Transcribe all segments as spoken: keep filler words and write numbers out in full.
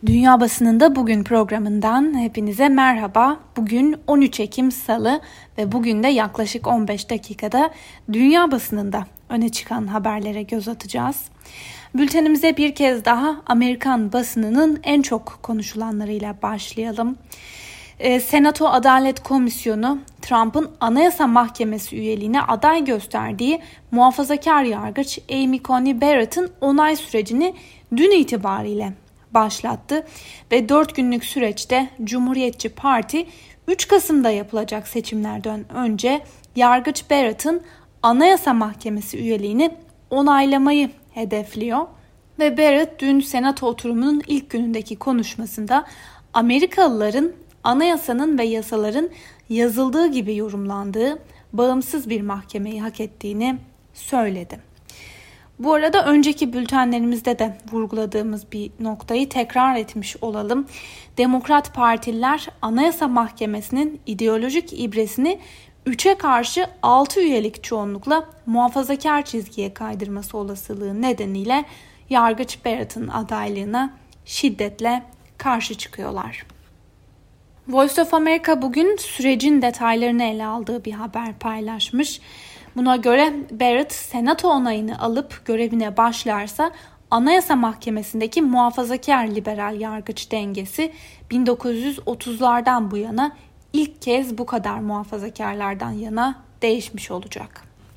Dünya Basınında Bugün programından hepinize merhaba. Bugün on üç Ekim Salı ve bugün de yaklaşık on beş dakikada Dünya Basınında öne çıkan haberlere göz atacağız. Bültenimize bir kez daha Amerikan basınının en çok konuşulanlarıyla başlayalım. Ee, Senato Adalet Komisyonu, Trump'ın Anayasa Mahkemesi üyeliğine aday gösterdiği muhafazakar yargıç Amy Coney Barrett'ın onay sürecini dün itibariyle başlattı ve dört günlük süreçte Cumhuriyetçi Parti üç Kasım'da yapılacak seçimlerden önce yargıç Barrett'ın Anayasa Mahkemesi üyeliğini onaylamayı hedefliyor. Ve Barrett dün Senato oturumunun ilk günündeki konuşmasında Amerikalıların anayasanın ve yasaların yazıldığı gibi yorumlandığı bağımsız bir mahkemeyi hak ettiğini söyledi. Bu arada önceki bültenlerimizde de vurguladığımız bir noktayı tekrar etmiş olalım. Demokrat partililer Anayasa Mahkemesi'nin ideolojik ibresini üçe karşı altı üyelik çoğunlukla muhafazakar çizgiye kaydırması olasılığı nedeniyle yargıç Barrett'ın adaylığına şiddetle karşı çıkıyorlar. Voice of America bugün sürecin detaylarını ele aldığı bir haber paylaşmış. Buna göre Barrett Senato onayını alıp görevine başlarsa Anayasa Mahkemesi'ndeki muhafazakar liberal yargıç dengesi bin dokuz yüz otuzlardan bu yana ilk kez bu kadar muhafazakarlardan yana değişmiş olacak.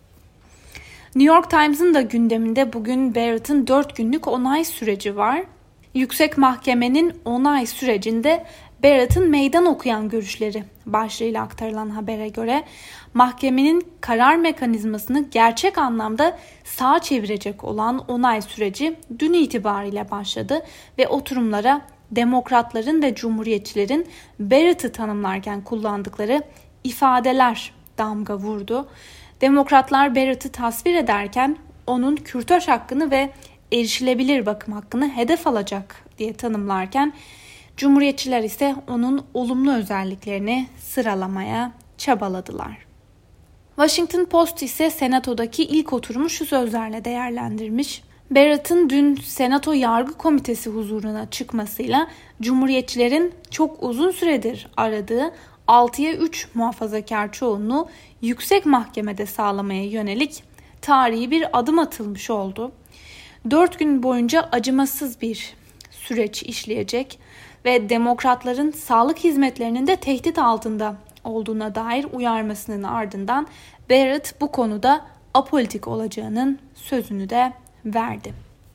New York Times'ın da gündeminde bugün Barrett'ın dört günlük onay süreci var. Yüksek Mahkemenin onay sürecinde Barrett'ın meydan okuyan görüşleri başlığıyla aktarılan habere göre mahkemenin karar mekanizmasını gerçek anlamda sağa çevirecek olan onay süreci dün itibariyle başladı ve oturumlara demokratların ve cumhuriyetçilerin Barrett'ı tanımlarken kullandıkları ifadeler damga vurdu. Demokratlar Barrett'ı tasvir ederken onun kürtaj hakkını ve erişilebilir bakım hakkını hedef alacak diye tanımlarken Cumhuriyetçiler ise onun olumlu özelliklerini sıralamaya çabaladılar. Washington Post ise Senato'daki ilk oturumu şu sözlerle değerlendirmiş. Barrett'ın dün Senato Yargı Komitesi huzuruna çıkmasıyla Cumhuriyetçilerin çok uzun süredir aradığı altıya üç muhafazakar çoğunluğu yüksek mahkemede sağlamaya yönelik tarihi bir adım atılmış oldu. Dört gün boyunca acımasız bir süreç işleyecek ve demokratların sağlık hizmetlerinin de tehdit altında olduğuna dair uyarmasının ardından Barrett bu konuda apolitik olacağının sözünü de verdi.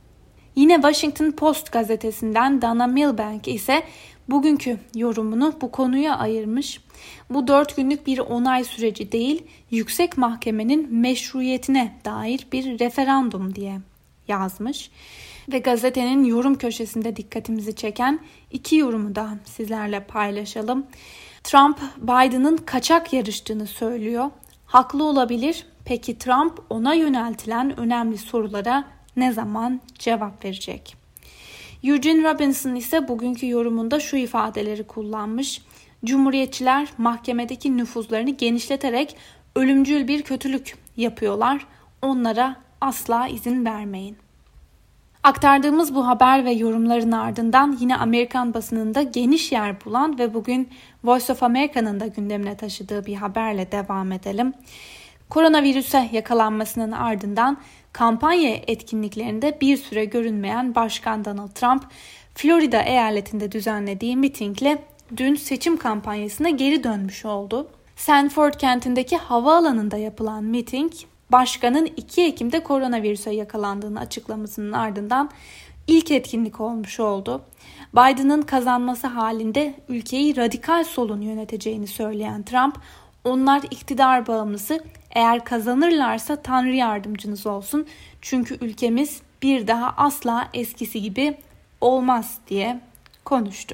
Yine Washington Post gazetesinden Dana Milbank ise bugünkü yorumunu bu konuya ayırmış. Bu dört günlük bir onay süreci değil, yüksek mahkemenin meşruiyetine dair bir referandum diye yazmış. Ve gazetenin yorum köşesinde dikkatimizi çeken iki yorumu da sizlerle paylaşalım. Trump, Biden'ın kaçak yarıştığını söylüyor. Haklı olabilir. Peki Trump ona yöneltilen önemli sorulara ne zaman cevap verecek? Eugene Robinson ise bugünkü yorumunda şu ifadeleri kullanmış. Cumhuriyetçiler mahkemedeki nüfuzlarını genişleterek ölümcül bir kötülük yapıyorlar. Onlara asla izin vermeyin. Aktardığımız bu haber ve yorumların ardından yine Amerikan basınında geniş yer bulan ve bugün Voice of America'nın da gündemine taşıdığı bir haberle devam edelim. Koronavirüse yakalanmasının ardından kampanya etkinliklerinde bir süre görünmeyen Başkan Donald Trump, Florida eyaletinde düzenlediği mitingle dün seçim kampanyasına geri dönmüş oldu. Sanford kentindeki havaalanında yapılan miting, Başkanın iki Ekim'de koronavirüse yakalandığını açıklamasının ardından ilk etkinlik olmuş oldu. Biden'ın kazanması halinde ülkeyi radikal solun yöneteceğini söyleyen Trump, onlar iktidar bağımlısı, eğer kazanırlarsa Tanrı yardımcınız olsun çünkü ülkemiz bir daha asla eskisi gibi olmaz diye konuştu.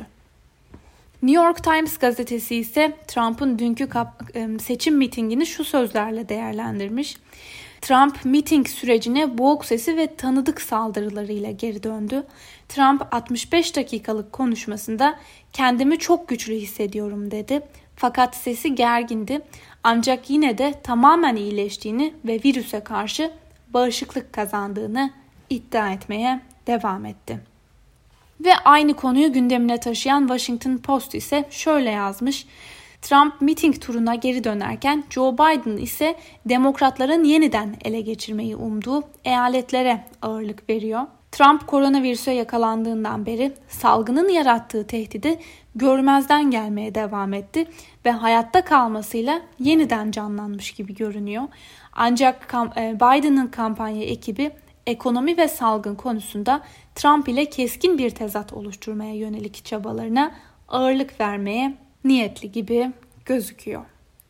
New York Times gazetesi ise Trump'ın dünkü seçim mitingini şu sözlerle değerlendirmiş. Trump miting sürecine boğuk sesi ve tanıdık saldırılarıyla geri döndü. Trump altmış beş dakikalık konuşmasında kendimi çok güçlü hissediyorum dedi. Fakat sesi gergindi. Ancak yine de tamamen iyileştiğini ve virüse karşı bağışıklık kazandığını iddia etmeye devam etti. Ve aynı konuyu gündemine taşıyan Washington Post ise şöyle yazmış. Trump miting turuna geri dönerken Joe Biden ise demokratların yeniden ele geçirmeyi umduğu eyaletlere ağırlık veriyor. Trump koronavirüse yakalandığından beri salgının yarattığı tehdidi görmezden gelmeye devam etti ve hayatta kalmasıyla yeniden canlanmış gibi görünüyor. Ancak Biden'ın kampanya ekibi ekonomi ve salgın konusunda Trump ile keskin bir tezat oluşturmaya yönelik çabalarına ağırlık vermeye niyetli gibi gözüküyor.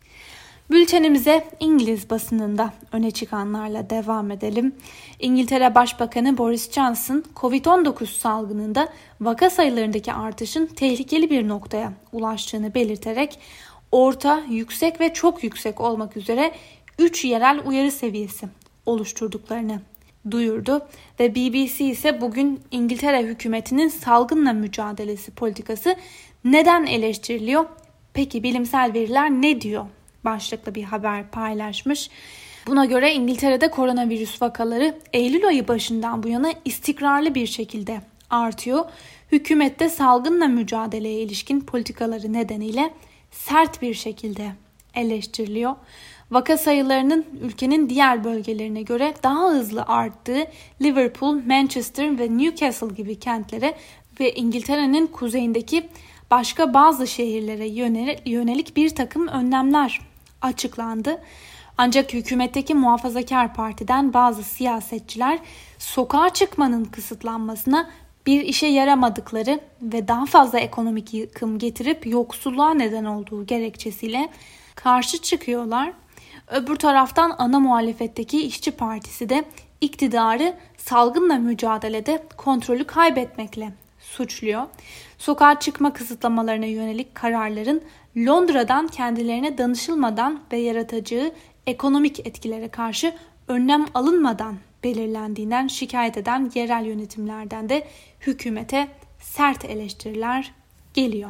Bültenimize İngiliz basınında öne çıkanlarla devam edelim. İngiltere Başbakanı Boris Johnson, kovid on dokuz salgınında vaka sayılarındaki artışın tehlikeli bir noktaya ulaştığını belirterek orta, yüksek ve çok yüksek olmak üzere üç yerel uyarı seviyesi oluşturduklarını duyurdu ve B B C ise bugün İngiltere hükümetinin salgınla mücadelesi politikası neden eleştiriliyor? Peki bilimsel veriler ne diyor? Başlıklı bir haber paylaşmış. Buna göre İngiltere'de koronavirüs vakaları Eylül ayı başından bu yana istikrarlı bir şekilde artıyor. Hükümet de salgınla mücadeleye ilişkin politikaları nedeniyle sert bir şekilde eleştiriliyor. Vaka sayılarının ülkenin diğer bölgelerine göre daha hızlı arttığı Liverpool, Manchester ve Newcastle gibi kentlere ve İngiltere'nin kuzeyindeki başka bazı şehirlere yönelik bir takım önlemler açıklandı. Ancak hükümetteki Muhafazakar Parti'den bazı siyasetçiler sokağa çıkmanın kısıtlanmasına bir işe yaramadıkları ve daha fazla ekonomik yıkım getirip yoksulluğa neden olduğu gerekçesiyle karşı çıkıyorlar. Öbür taraftan ana muhalefetteki İşçi Partisi de iktidarı salgınla mücadelede kontrolü kaybetmekle suçluyor. Sokağa çıkma kısıtlamalarına yönelik kararların Londra'dan kendilerine danışılmadan ve yaratacağı ekonomik etkilere karşı önlem alınmadan belirlendiğinden şikayet eden yerel yönetimlerden de hükümete sert eleştiriler geliyor.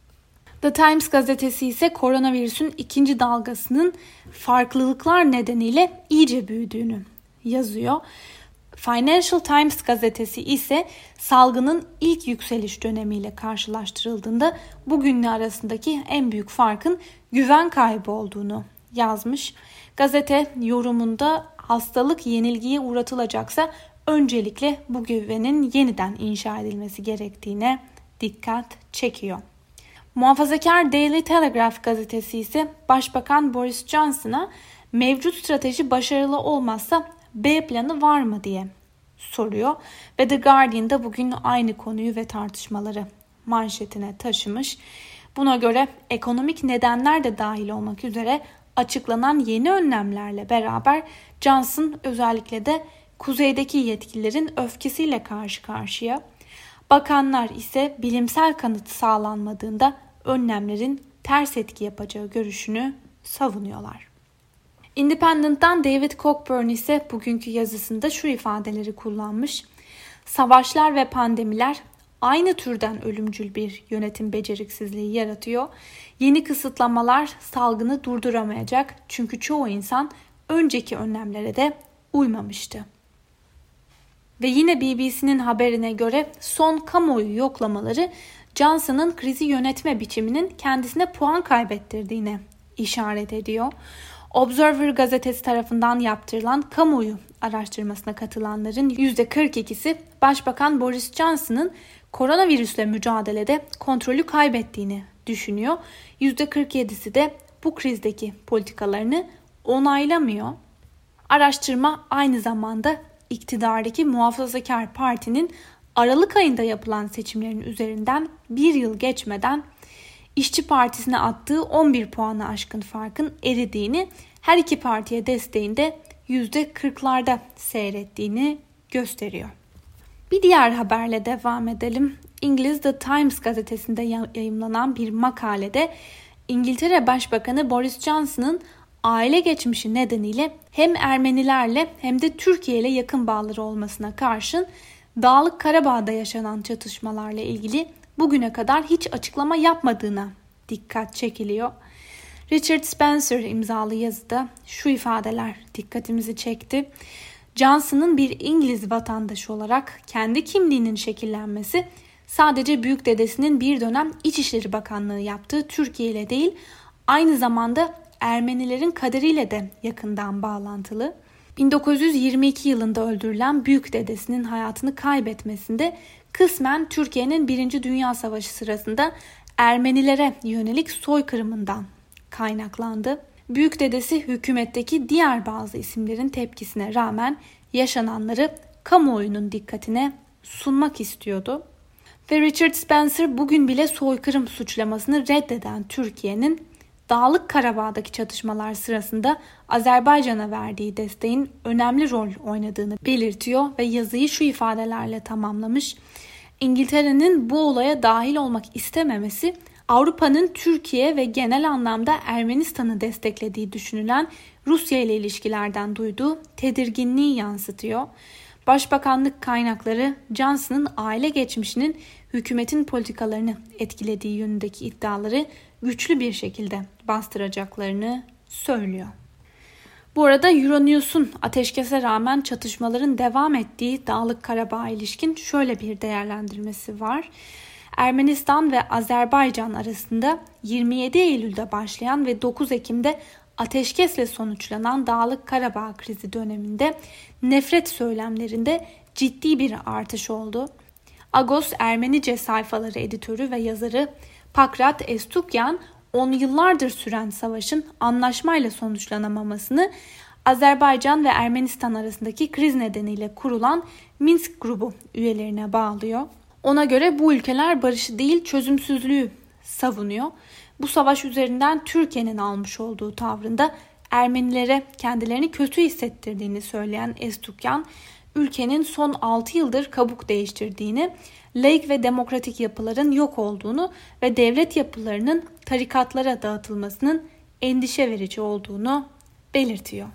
The Times gazetesi ise koronavirüsün ikinci dalgasının farklılıklar nedeniyle iyice büyüdüğünü yazıyor. Financial Times gazetesi ise salgının ilk yükseliş dönemiyle karşılaştırıldığında bugünle arasındaki en büyük farkın güven kaybı olduğunu yazmış. Gazete yorumunda hastalık yenilgiye uğratılacaksa öncelikle bu güvenin yeniden inşa edilmesi gerektiğine dikkat çekiyor. Muhafazakar Daily Telegraph gazetesi ise Başbakan Boris Johnson'a mevcut strateji başarılı olmazsa B planı var mı diye soruyor ve The Guardian'da bugün aynı konuyu ve tartışmaları manşetine taşımış. Buna göre ekonomik nedenler de dahil olmak üzere açıklanan yeni önlemlerle beraber Johnson özellikle de kuzeydeki yetkililerin öfkesiyle karşı karşıya. Bakanlar ise bilimsel kanıt sağlanmadığında önlemlerin ters etki yapacağı görüşünü savunuyorlar. Independent'tan David Cockburn ise bugünkü yazısında şu ifadeleri kullanmış. Savaşlar ve pandemiler aynı türden ölümcül bir yönetim beceriksizliği yaratıyor. Yeni kısıtlamalar salgını durduramayacak çünkü çoğu insan önceki önlemlere de uymamıştı. Ve yine B B C'nin haberine göre son kamuoyu yoklamaları Johnson'ın krizi yönetme biçiminin kendisine puan kaybettirdiğine işaret ediyor. Observer gazetesi tarafından yaptırılan kamuoyu araştırmasına katılanların yüzde kırk ikisi Başbakan Boris Johnson'ın koronavirüsle mücadelede kontrolü kaybettiğini düşünüyor. yüzde kırk yedisi de bu krizdeki politikalarını onaylamıyor. Araştırma aynı zamanda iktidardaki Muhafazakar Parti'nin Aralık ayında yapılan seçimlerin üzerinden bir yıl geçmeden İşçi Partisi'ne attığı on bir puanı aşkın farkın eridiğini, her iki partiye desteğinde yüzde kırklarda seyrettiğini gösteriyor. Bir diğer haberle devam edelim. İngiliz The Times gazetesinde yayımlanan bir makalede İngiltere Başbakanı Boris Johnson'ın aile geçmişi nedeniyle hem Ermenilerle hem de Türkiye ile yakın bağları olmasına karşın Dağlık Karabağ'da yaşanan çatışmalarla ilgili bugüne kadar hiç açıklama yapmadığına dikkat çekiliyor. Richard Spencer imzalı yazıda şu ifadeler dikkatimizi çekti. Johnson'ın bir İngiliz vatandaşı olarak kendi kimliğinin şekillenmesi sadece büyük dedesinin bir dönem İçişleri Bakanlığı yaptığı Türkiye ile değil, aynı zamanda Ermenilerin kaderiyle de yakından bağlantılı. bin dokuz yüz yirmi iki yılında öldürülen büyük dedesinin hayatını kaybetmesinde kısmen Türkiye'nin Birinci Dünya Savaşı sırasında Ermenilere yönelik soykırımından kaynaklandı. Büyük dedesi hükümetteki diğer bazı isimlerin tepkisine rağmen yaşananları kamuoyunun dikkatine sunmak istiyordu. Ve Richard Spencer bugün bile soykırım suçlamasını reddeden Türkiye'nin Dağlık Karabağ'daki çatışmalar sırasında Azerbaycan'a verdiği desteğin önemli rol oynadığını belirtiyor ve yazıyı şu ifadelerle tamamlamış. İngiltere'nin bu olaya dahil olmak istememesi, Avrupa'nın Türkiye ve genel anlamda Ermenistan'ı desteklediği düşünülen Rusya ile ilişkilerden duyduğu tedirginliği yansıtıyor. Başbakanlık kaynakları Johnson'ın aile geçmişinin hükümetin politikalarını etkilediği yönündeki iddiaları güçlü bir şekilde bastıracaklarını söylüyor. Bu arada Euronews'un ateşkese rağmen çatışmaların devam ettiği Dağlık Karabağ'a ilişkin şöyle bir değerlendirmesi var. Ermenistan ve Azerbaycan arasında yirmi yedi Eylül'de başlayan ve dokuz Ekim'de ateşkesle sonuçlanan Dağlık Karabağ krizi döneminde nefret söylemlerinde ciddi bir artış oldu. Agos Ermenice sayfaları editörü ve yazarı Pakrat Estukyan, on yıllardır süren savaşın anlaşmayla sonuçlanamamasını Azerbaycan ve Ermenistan arasındaki kriz nedeniyle kurulan Minsk grubu üyelerine bağlıyor. Ona göre bu ülkeler barışı değil çözümsüzlüğü savunuyor. Bu savaş üzerinden Türkiye'nin almış olduğu tavrında Ermenilere kendilerini kötü hissettirdiğini söyleyen Estukyan, ülkenin son altı yıldır kabuk değiştirdiğini, laik ve demokratik yapıların yok olduğunu ve devlet yapılarının tarikatlara dağıtılmasının endişe verici olduğunu belirtiyor.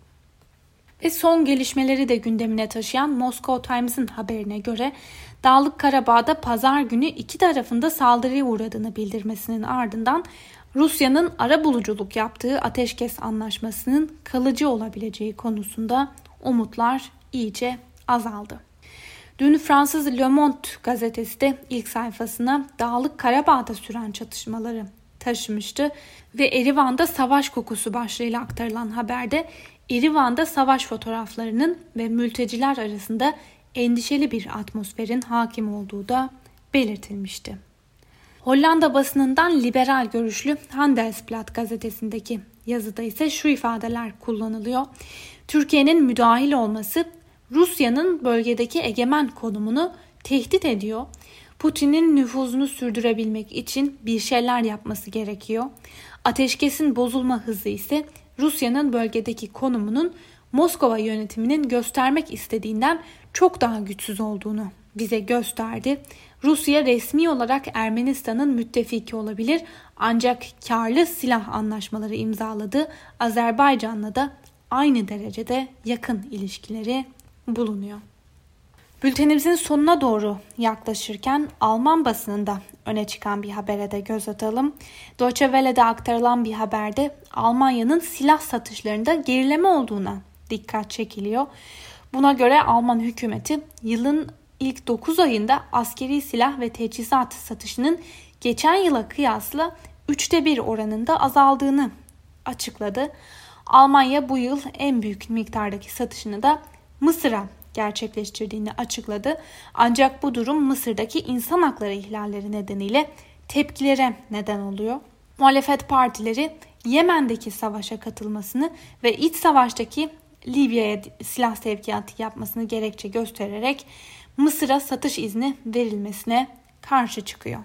Ve son gelişmeleri de gündemine taşıyan Moscow Times'ın haberine göre Dağlık Karabağ'da pazar günü iki tarafında saldırıya uğradığını bildirmesinin ardından Rusya'nın arabuluculuk yaptığı ateşkes anlaşmasının kalıcı olabileceği konusunda umutlar iyice azaldı. Dün Fransız Le Monde gazetesi de ilk sayfasına Dağlık Karabağ'da süren çatışmaları taşımıştı ve Erivan'da savaş kokusu başlığıyla aktarılan haberde Erivan'da savaş fotoğraflarının ve mülteciler arasında endişeli bir atmosferin hakim olduğu da belirtilmişti. Hollanda basınından liberal görüşlü Handelsblad gazetesindeki yazıda ise şu ifadeler kullanılıyor. Türkiye'nin müdahil olması Rusya'nın bölgedeki egemen konumunu tehdit ediyor. Putin'in nüfuzunu sürdürebilmek için bir şeyler yapması gerekiyor. Ateşkesin bozulma hızı ise Rusya'nın bölgedeki konumunun Moskova yönetiminin göstermek istediğinden çok daha güçsüz olduğunu bize gösterdi. Rusya resmi olarak Ermenistan'ın müttefiki olabilir ancak karlı silah anlaşmaları imzaladı. Azerbaycan'la da aynı derecede yakın ilişkileri bulunuyor. Bültenimizin sonuna doğru yaklaşırken Alman basınında öne çıkan bir habere de göz atalım. Deutsche Welle'de aktarılan bir haberde Almanya'nın silah satışlarında gerileme olduğuna dikkat çekiliyor. Buna göre Alman hükümeti yılın ilk dokuz ayında askeri silah ve teçhizat satışının geçen yıla kıyasla üçte bir oranında azaldığını açıkladı. Almanya bu yıl en büyük miktardaki satışını da Mısır'a gerçekleştirdiğini açıkladı. Ancak bu durum Mısır'daki insan hakları ihlalleri nedeniyle tepkilere neden oluyor. Muhalefet partileri Yemen'deki savaşa katılmasını ve iç savaştaki Libya'ya silah sevkiyatı yapmasını gerekçe göstererek Mısır'a satış izni verilmesine karşı çıkıyor.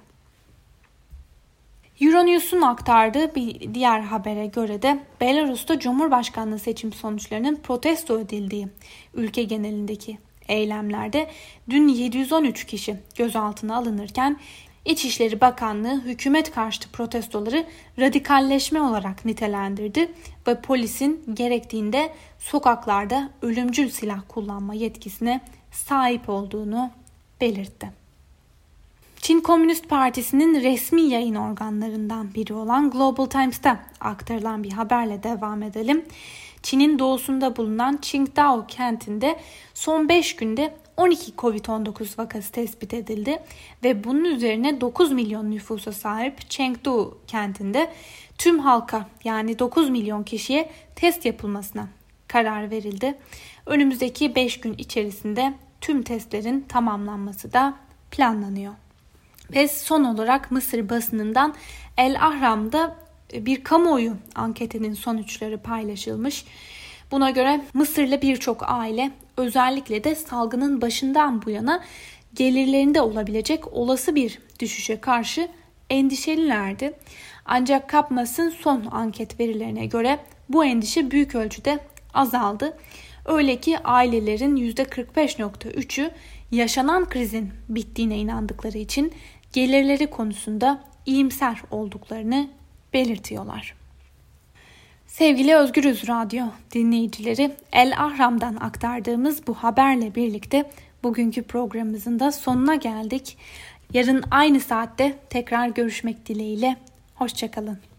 Euronews'un aktardığı bir diğer habere göre de Belarus'ta Cumhurbaşkanlığı seçim sonuçlarının protesto edildiği ülke genelindeki eylemlerde dün yedi yüz on üç kişi gözaltına alınırken İçişleri Bakanlığı hükümet karşıtı protestoları radikalleşme olarak nitelendirdi ve polisin gerektiğinde sokaklarda ölümcül silah kullanma yetkisine sahip olduğunu belirtti. Çin Komünist Partisi'nin resmi yayın organlarından biri olan Global Times'ta aktarılan bir haberle devam edelim. Çin'in doğusunda bulunan Qingdao kentinde son beş günde on iki kovid on dokuz vakası tespit edildi ve bunun üzerine dokuz milyon nüfusa sahip Chengdu kentinde tüm halka yani dokuz milyon kişiye test yapılmasına karar verildi. Önümüzdeki beş gün içerisinde tüm testlerin tamamlanması da planlanıyor. Ve son olarak Mısır basınından El Ahram'da bir kamuoyu anketinin sonuçları paylaşılmış. Buna göre Mısırlı birçok aile özellikle de salgının başından bu yana gelirlerinde olabilecek olası bir düşüşe karşı endişelilerdi. Ancak Kapmas'ın son anket verilerine göre bu endişe büyük ölçüde azaldı. Öyle ki ailelerin yüzde kırk beş virgül üçü yaşanan krizin bittiğine inandıkları için gelirleri konusunda iyimser olduklarını belirtiyorlar. Sevgili Özgürüz Radyo dinleyicileri, El Ahram'dan aktardığımız bu haberle birlikte bugünkü programımızın da sonuna geldik. Yarın aynı saatte tekrar görüşmek dileğiyle. Hoşça kalın.